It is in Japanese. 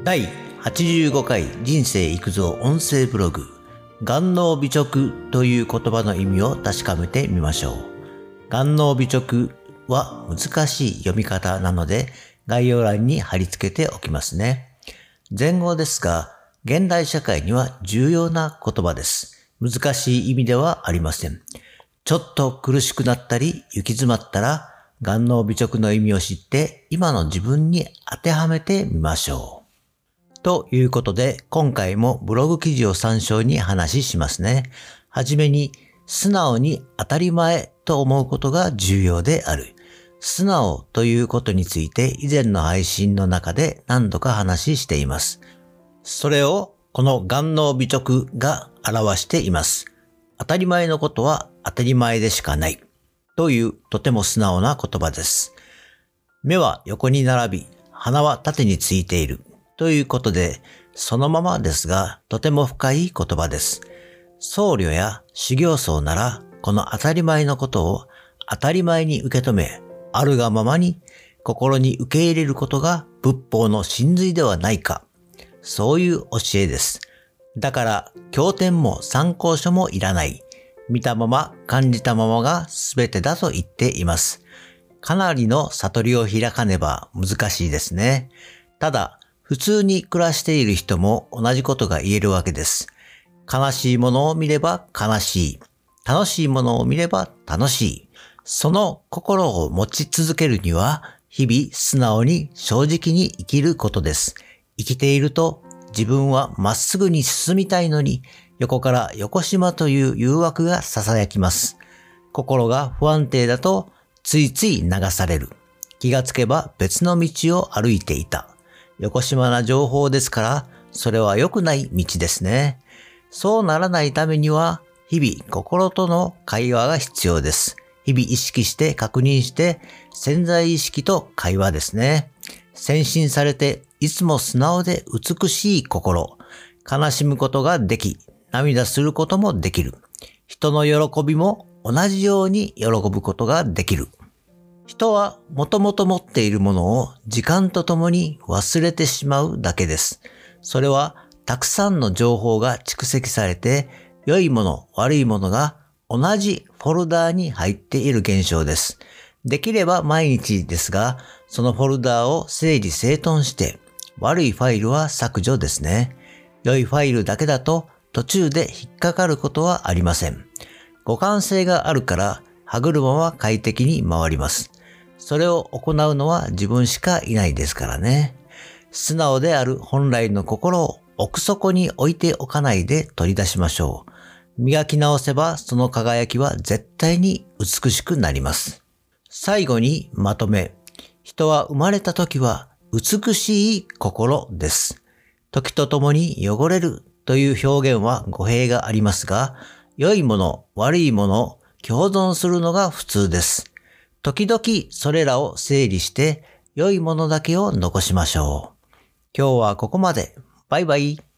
第85回人生育造音声ブログ、眼脳美直という言葉の意味を確かめてみましょう。眼脳美直は難しい読み方なので概要欄に貼り付けておきますね。前後ですが、現代社会には重要な言葉です。難しい意味ではありません。ちょっと苦しくなったり行き詰まったら、眼脳美直の意味を知って今の自分に当てはめてみましょう。ということで、今回もブログ記事を参照に話しますね。はじめに、素直に当たり前と思うことが重要である。素直ということについて以前の配信の中で何度か話しています。それをこの眼脳美直が表しています。当たり前のことは当たり前でしかないというとても素直な言葉です。目は横に並び、鼻は縦についているということで、そのままですがとても深い言葉です。僧侶や修行僧ならこの当たり前のことを当たり前に受け止め、あるがままに心に受け入れることが仏法の真髄ではないか。そういう教えです。だから経典も参考書もいらない。見たまま感じたままが全てだと言っています。かなりの悟りを開かねば難しいですね。ただ普通に暮らしている人も同じことが言えるわけです。悲しいものを見れば悲しい。楽しいものを見れば楽しい。その心を持ち続けるには日々素直に正直に生きることです。生きていると自分はまっすぐに進みたいのに横から横島という誘惑が囁きます。心が不安定だとついつい流される。気がつけば別の道を歩いていた。横島な情報ですからそれは良くない道ですね。そうならないためには日々心との会話が必要です。日々意識して確認して潜在意識と会話ですね。洗心されていつも素直で美しい心。悲しむことができ、涙することもできる。人の喜びも同じように喜ぶことができる。人はもともと持っているものを時間とともに忘れてしまうだけです。それはたくさんの情報が蓄積されて、良いもの、悪いものが同じフォルダーに入っている現象です。できれば毎日ですが、そのフォルダーを整理整頓して、悪いファイルは削除ですね。良いファイルだけだと途中で引っかかることはありません。互換性があるから歯車は快適に回ります。それを行うのは自分しかいないですからね。素直である本来の心を奥底に置いておかないで取り出しましょう。磨き直せばその輝きは絶対に美しくなります。最後にまとめ。人は生まれた時は美しい心です。時とともに汚れるという表現は語弊がありますが、良いもの、悪いものを共存するのが普通です。時々それらを整理して良いものだけを残しましょう。今日はここまで。バイバイ。